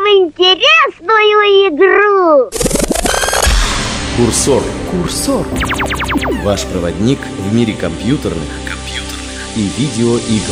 в интересную игру! Курсор. Ваш проводник в мире компьютерных и видеоигр.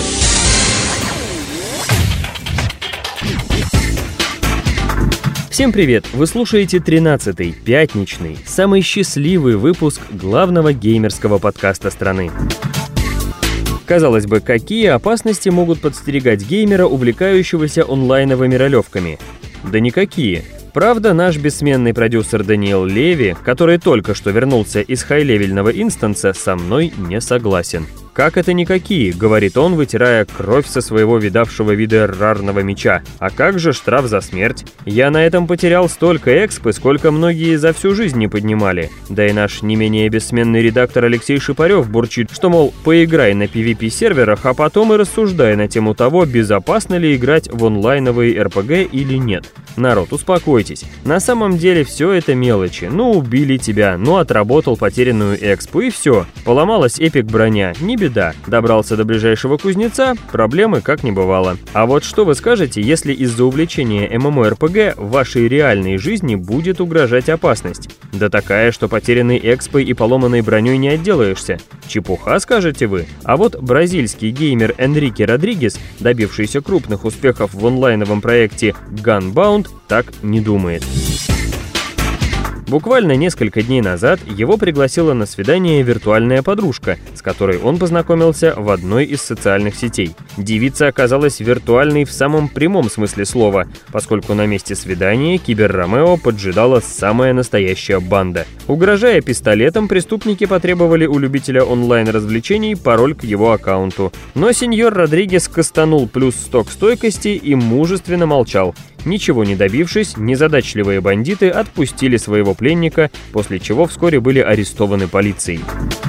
Всем привет! Вы слушаете 13-й, пятничный, самый счастливый выпуск главного геймерского подкаста страны. Казалось бы, какие опасности могут подстерегать геймера, увлекающегося онлайновыми ролевками? Да никакие. Правда, наш бессменный продюсер Даниэл Леви, который только что вернулся из хай-левельного инстанса, со мной не согласен. «Как это никакие?» — говорит он, вытирая кровь со своего видавшего вида рарного меча. «А как же штраф за смерть? Я на этом потерял столько экспы, сколько многие за всю жизнь не поднимали». Да и наш не менее бессменный редактор Алексей Шипарев бурчит, что, мол, поиграй на PvP-серверах, а потом и рассуждай на тему того, безопасно ли играть в онлайновые РПГ или нет. Народ, успокойтесь. На самом деле все это мелочи. Ну, убили тебя, ну, отработал потерянную экспу и все. Поломалась эпик броня, не беда. Добрался до ближайшего кузнеца, проблемы как не бывало. А вот что вы скажете, если из-за увлечения MMORPG в вашей реальной жизни будет угрожать опасность? Да такая, что потерянной экспой и поломанной броней не отделаешься. Чепуха, скажете вы? А вот бразильский геймер Энрике Родригес, добившийся крупных успехов в онлайновом проекте Gunbound, так не думает. Буквально несколько дней назад его пригласила на свидание виртуальная подружка, с которой он познакомился в одной из социальных сетей. Девица оказалась виртуальной в самом прямом смысле слова, поскольку на месте свидания Кибер-Ромео поджидала самая настоящая банда. Угрожая пистолетом, преступники потребовали у любителя онлайн-развлечений пароль к его аккаунту. Но сеньор Родригес кастанул плюс 100 к стойкости и мужественно молчал. Ничего не добившись, незадачливые бандиты отпустили своего пленника, после чего вскоре были арестованы полицией.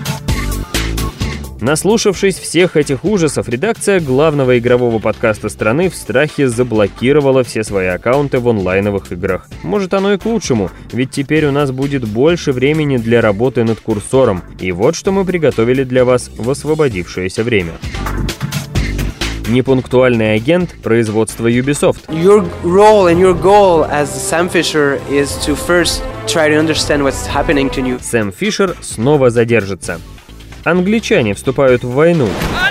Наслушавшись всех этих ужасов, редакция главного игрового подкаста страны в страхе заблокировала все свои аккаунты в онлайновых играх. Может, оно и к лучшему, ведь теперь у нас будет больше времени для работы над курсором. И вот что мы приготовили для вас в освободившееся время. Непунктуальный агент производства Ubisoft. Your role and your goal as Sam Fisher is to first try to understand what's happening to you. Сэм Фишер снова задержится. Англичане вступают в войну.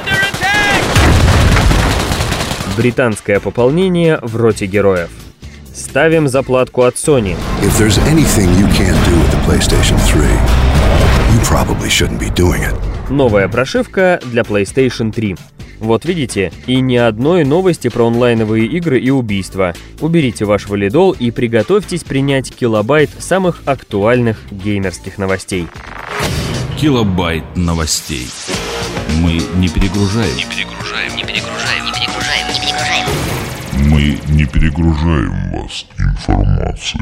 Британское пополнение в роте героев. Ставим заплатку от Sony. If there's anything you can't do with the PlayStation 3, you probably shouldn't be doing it. Новая прошивка для PlayStation 3. Вот видите, и ни одной новости про онлайновые игры и убийства. Уберите ваш валидол и приготовьтесь принять килобайт самых актуальных геймерских новостей. Килобайт новостей. Мы не перегружаем. Мы не перегружаем вас информацией.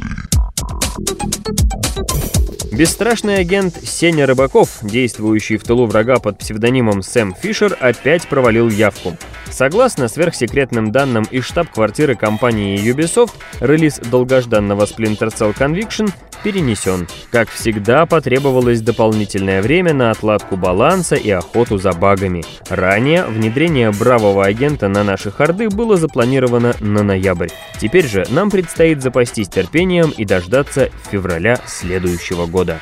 Бесстрашный агент Сеня Рыбаков, действующий в тылу врага под псевдонимом Сэм Фишер, опять провалил явку. Согласно сверхсекретным данным из штаб-квартиры компании Ubisoft, релиз долгожданного Splinter Cell Conviction перенесен. Как всегда, потребовалось дополнительное время на отладку баланса и охоту за багами. Ранее внедрение бравого агента на наши харды было запланировано на ноябрь. Теперь же нам предстоит запастись терпением и дождаться февраля следующего года.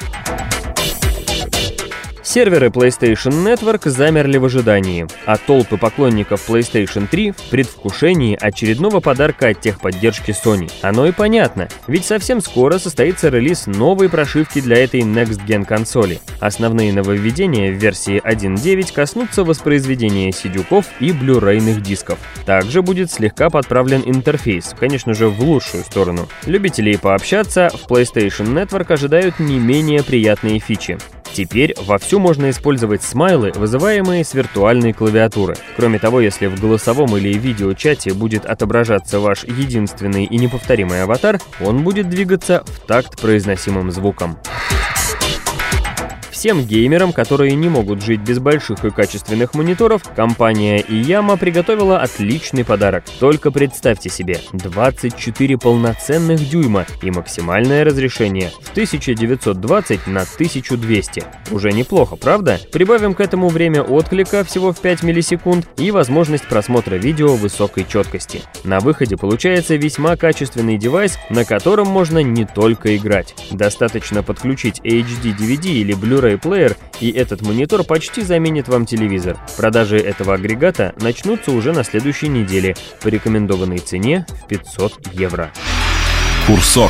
Серверы PlayStation Network замерли в ожидании, а толпы поклонников PlayStation 3 в предвкушении очередного подарка от техподдержки Sony. Оно и понятно, ведь совсем скоро состоится релиз новой прошивки для этой Next Gen консоли. Основные нововведения в версии 1.9 коснутся воспроизведения сидюков и блюрейных дисков. Также будет слегка подправлен интерфейс, конечно же, в лучшую сторону. Любителей пообщаться в PlayStation Network ожидают не менее приятные фичи. Теперь вовсю можно использовать смайлы, вызываемые с виртуальной клавиатуры. Кроме того, если в голосовом или видеочате будет отображаться ваш единственный и неповторимый аватар, он будет двигаться в такт произносимым звуком. Всем геймерам, которые не могут жить без больших и качественных мониторов, компания Iyama приготовила отличный подарок. Только представьте себе, 24 полноценных дюйма и максимальное разрешение в 1920 на 1200. Уже неплохо, правда? Прибавим к этому время отклика всего в 5 миллисекунд и возможность просмотра видео высокой четкости. На выходе получается весьма качественный девайс, на котором можно не только играть. Достаточно подключить HD DVD или Blu-ray плеер, и этот монитор почти заменит вам телевизор. Продажи этого агрегата начнутся уже на следующей неделе по рекомендованной цене в 500 евро. Курсор.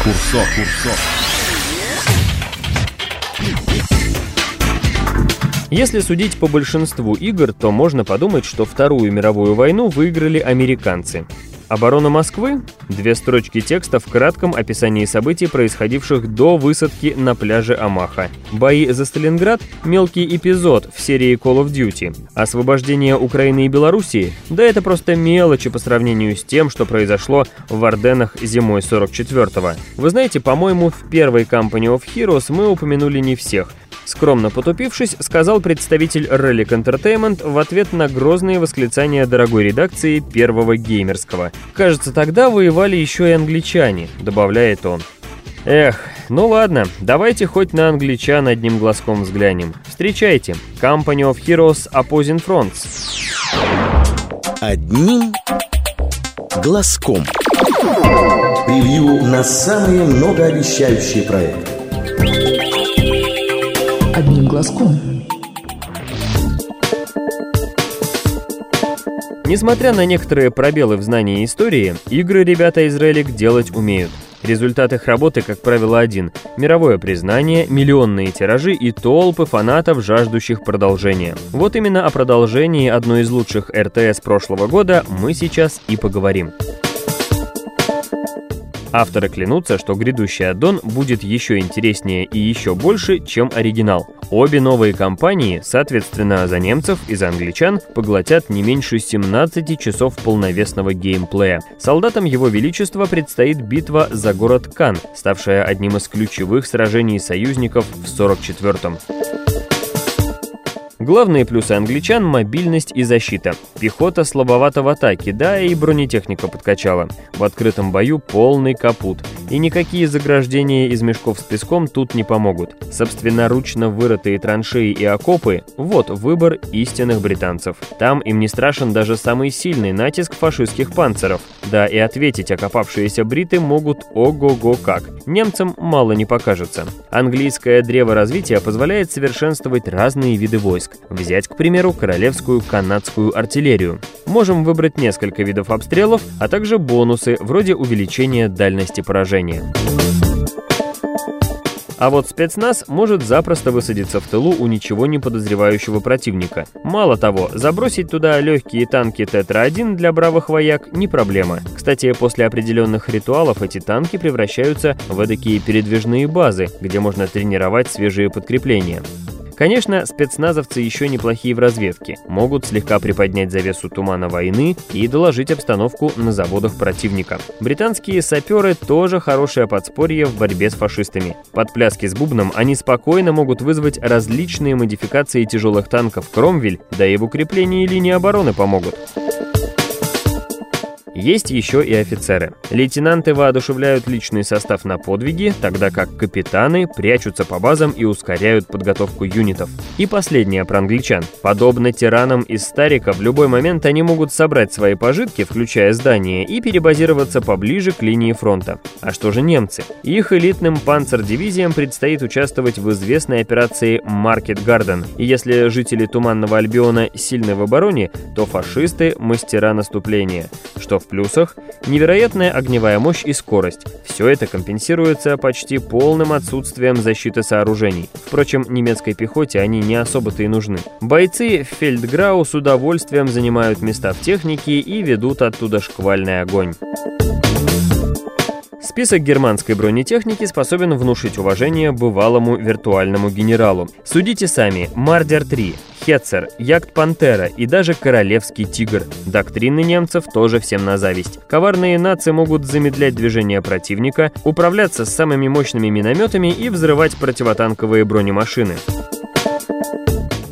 Если судить по большинству игр, то можно подумать, что Вторую мировую войну выиграли американцы. Оборона Москвы? 2 строчки текста в кратком описании событий, происходивших до высадки на пляже Омаха. Бои за Сталинград? Мелкий эпизод в серии Call of Duty. Освобождение Украины и Белоруссии? Да это просто мелочи по сравнению с тем, что произошло в Арденнах зимой 44-го. Вы знаете, по-моему, в первой Company of Heroes мы упомянули не всех. Скромно потупившись, сказал представитель Relic Entertainment в ответ на грозные восклицания дорогой редакции Первого Геймерского. «Кажется, тогда воевали еще и англичане», — добавляет он. Эх, ну ладно, давайте хоть на англичан одним глазком взглянем. Встречайте, Company of Heroes Opposing Fronts. Одним глазком. Превью на самые многообещающие проекты. Одним глазком. Несмотря на некоторые пробелы в знании истории, игры ребята из Relic делать умеют. Результат их работы, как правило, один – мировое признание, миллионные тиражи и толпы фанатов, жаждущих продолжения. Вот именно о продолжении одной из лучших РТС прошлого года мы сейчас и поговорим. Авторы клянутся, что грядущий аддон будет еще интереснее и еще больше, чем оригинал. Обе новые кампании, соответственно, за немцев и за англичан, поглотят не меньше 17 часов полновесного геймплея. Солдатам Его Величества предстоит битва за город Кан, ставшая одним из ключевых сражений союзников в 44-м. Главные плюсы англичан – мобильность и защита. Пехота слабовата в атаке, да и бронетехника подкачала. В открытом бою полный капут. И никакие заграждения из мешков с песком тут не помогут. Собственноручно вырытые траншеи и окопы – вот выбор истинных британцев. Там им не страшен даже самый сильный натиск фашистских панцеров. Да, и ответить окопавшиеся бриты могут ого-го как. Немцам мало не покажется. Английское древо развития позволяет совершенствовать разные виды войск. Взять, к примеру, королевскую канадскую артиллерию. Можем выбрать несколько видов обстрелов, а также бонусы, вроде увеличения дальности поражения. А вот спецназ может запросто высадиться в тылу у ничего не подозревающего противника. Мало того, забросить туда легкие танки Тетра-1 для бравых вояк не проблема. Кстати, после определенных ритуалов эти танки превращаются в эдакие передвижные базы, где можно тренировать свежие подкрепления. Конечно, спецназовцы еще неплохие в разведке, могут слегка приподнять завесу тумана войны и доложить обстановку на заводах противника. Британские саперы тоже хорошее подспорье в борьбе с фашистами. Под пляски с бубном они спокойно могут вызвать различные модификации тяжелых танков Кромвель, да и в укреплении линии обороны помогут. Есть еще и офицеры. Лейтенанты воодушевляют личный состав на подвиги, тогда как капитаны прячутся по базам и ускоряют подготовку юнитов. И последнее про англичан. Подобно тиранам из Старика, в любой момент они могут собрать свои пожитки, включая здания, и перебазироваться поближе к линии фронта. А что же немцы? Их элитным панцердивизиям предстоит участвовать в известной операции Market Garden. И если жители Туманного Альбиона сильны в обороне, то фашисты – мастера наступления. Что в плюсах – невероятная огневая мощь и скорость. Все это компенсируется почти полным отсутствием защиты сооружений. Впрочем, немецкой пехоте они не особо-то и нужны. Бойцы Фельдграу с удовольствием занимают места в технике и ведут оттуда шквальный огонь. Список германской бронетехники способен внушить уважение бывалому виртуальному генералу. Судите сами: Мардер-3, Хетцер, Ягд-Пантера и даже Королевский Тигр. Доктрины немцев тоже всем на зависть. Коварные нации могут замедлять движение противника, управляться с самыми мощными минометами и взрывать противотанковые бронемашины.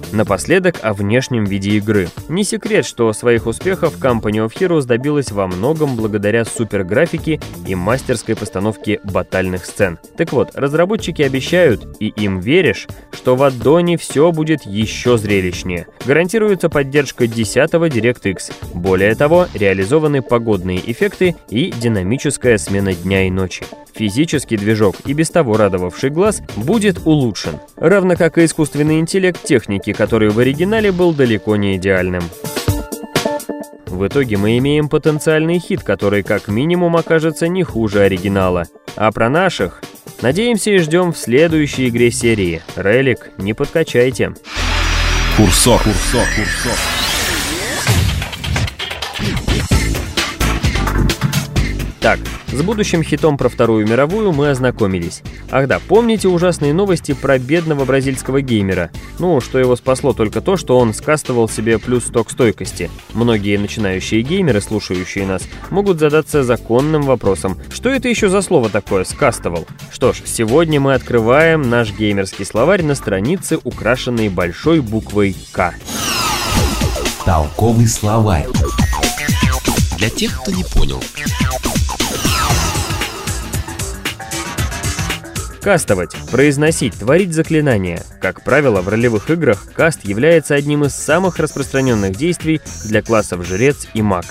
Напоследок о внешнем виде игры. Не секрет, что своих успехов Company of Heroes добилась во многом благодаря суперграфике и мастерской постановке батальных сцен. Так вот, разработчики обещают, и им веришь, что в аддоне все будет еще зрелищнее. Гарантируется поддержка 10-го DirectX. Более того, реализованы погодные эффекты и динамическая смена дня и ночи. Физический движок, и без того радовавший глаз, будет улучшен. Равно как и искусственный интеллект техники, который в оригинале был далеко не идеальным. В итоге мы имеем потенциальный хит, который как минимум окажется не хуже оригинала. А про наших надеемся и ждем в следующей игре серии. Релик, не подкачайте. Курсор. Так, с будущим хитом про Вторую мировую мы ознакомились. Ах да, помните ужасные новости про бедного бразильского геймера? Что его спасло только то, что он скастовал себе плюс 100 к стойкости. Многие начинающие геймеры, слушающие нас, могут задаться законным вопросом: что это еще за слово такое «скастовал»? Что ж, сегодня мы открываем наш геймерский словарь на странице, украшенной большой буквой «К». Толковый словарь. Для тех, кто не понял. Кастовать, произносить, творить заклинания. Как правило, в ролевых играх каст является одним из самых распространенных действий для классов жрец и маг.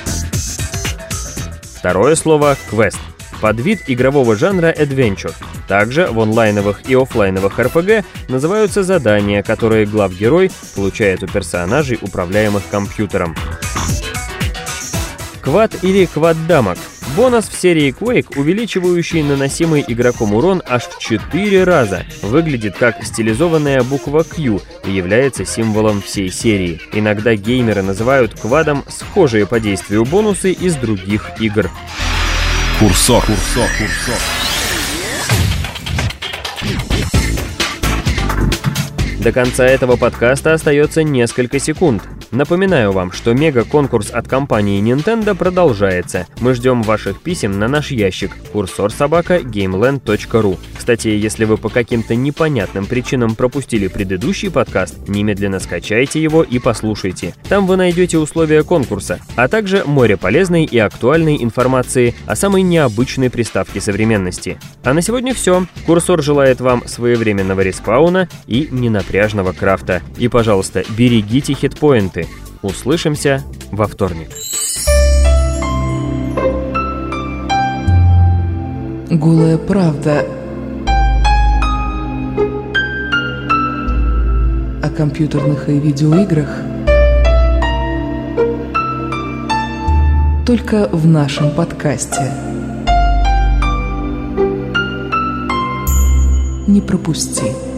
Второе слово — квест. Подвид игрового жанра adventure. Также в онлайновых и офлайновых RPG называются задания, которые главгерой получает у персонажей, управляемых компьютером. Квад или кваддамаг. Бонус в серии Quake, увеличивающий наносимый игроком урон аж в 4 раза. Выглядит как стилизованная буква Q и является символом всей серии. Иногда геймеры называют квадом схожие по действию бонусы из других игр. Курсор. До конца этого подкаста остается несколько секунд. Напоминаю вам, что мега-конкурс от компании Nintendo продолжается. Мы ждем ваших писем на наш ящик kursor@gameland.ru. Кстати, если вы по каким-то непонятным причинам пропустили предыдущий подкаст, немедленно скачайте его и послушайте. Там вы найдете условия конкурса, а также море полезной и актуальной информации о самой необычной приставке современности. А на сегодня все. Курсор желает вам своевременного респауна и ненапряжного крафта. И, пожалуйста, берегите хитпоинты. Услышимся во вторник. Голая правда о компьютерных и видеоиграх только в нашем подкасте. Не пропусти.